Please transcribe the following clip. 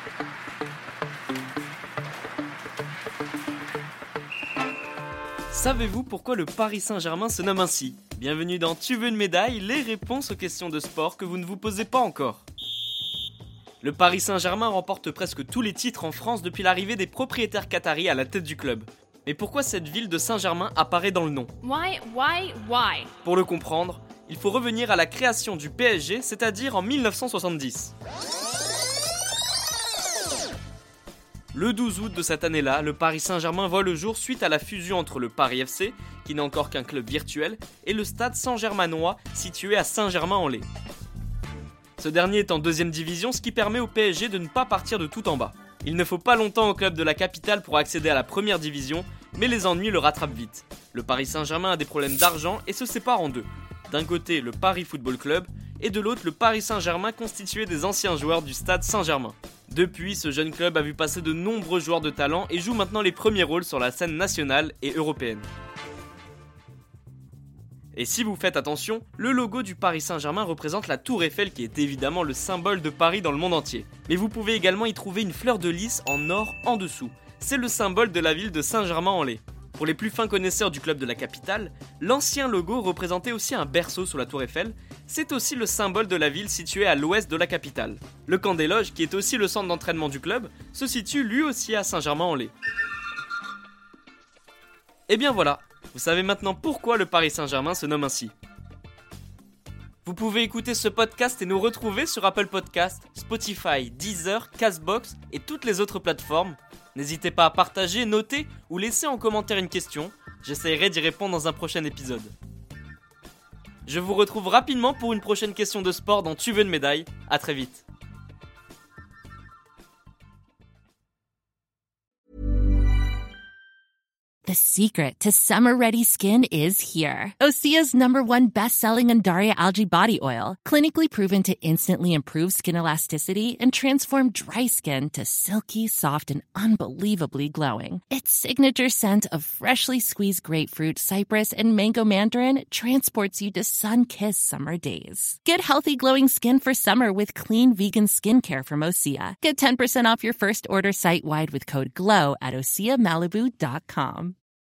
Savez-vous pourquoi le Paris Saint-Germain se nomme ainsi ? Bienvenue dans Tu veux une médaille ? Les réponses aux questions de sport que vous ne vous posez pas encore. Le Paris Saint-Germain remporte presque tous les titres en France depuis l'arrivée des propriétaires qataris à la tête du club. Mais pourquoi cette ville de Saint-Germain apparaît dans le nom ? Why? Pour le comprendre, il faut revenir à la création du PSG, c'est-à-dire en 1970. Le 12 août de cette année-là, le Paris Saint-Germain voit le jour suite à la fusion entre le Paris FC, qui n'est encore qu'un club virtuel, et le stade Saint-Germanois, situé à Saint-Germain-en-Laye. Ce dernier est en deuxième division, ce qui permet au PSG de ne pas partir de tout en bas. Il ne faut pas longtemps au club de la capitale pour accéder à la première division, mais les ennuis le rattrapent vite. Le Paris Saint-Germain a des problèmes d'argent et se sépare en deux. D'un côté, le Paris Football Club, et de l'autre, le Paris Saint-Germain constitué des anciens joueurs du stade Saint-Germain. Depuis, ce jeune club a vu passer de nombreux joueurs de talent et joue maintenant les premiers rôles sur la scène nationale et européenne. Et si vous faites attention, le logo du Paris Saint-Germain représente la Tour Eiffel qui est évidemment le symbole de Paris dans le monde entier. Mais vous pouvez également y trouver une fleur de lys en or en dessous. C'est le symbole de la ville de Saint-Germain-en-Laye. Pour les plus fins connaisseurs du club de la capitale, l'ancien logo représentait aussi un berceau sur la Tour Eiffel. C'est aussi le symbole de la ville située à l'ouest de la capitale. Le camp des loges, qui est aussi le centre d'entraînement du club, se situe lui aussi à Saint-Germain-en-Laye. Et bien voilà, vous savez maintenant pourquoi le Paris Saint-Germain se nomme ainsi. Vous pouvez écouter ce podcast et nous retrouver sur Apple Podcasts, Spotify, Deezer, Castbox et toutes les autres plateformes. N'hésitez pas à partager, noter ou laisser en commentaire une question. J'essaierai d'y répondre dans un prochain épisode. Je vous retrouve rapidement pour une prochaine question de sport dans Tu veux une médaille. À très vite. The secret to summer-ready skin is here. Osea's #1 best-selling Andaria Algae Body Oil, clinically proven to instantly improve skin elasticity and transform dry skin to silky, soft, and unbelievably glowing. Its signature scent of freshly squeezed grapefruit, cypress, and mango mandarin transports you to sun-kissed summer days. Get healthy, glowing skin for summer with clean vegan skincare from Osea. Get 10% off your first order site-wide with code GLOW at OseaMalibu.com.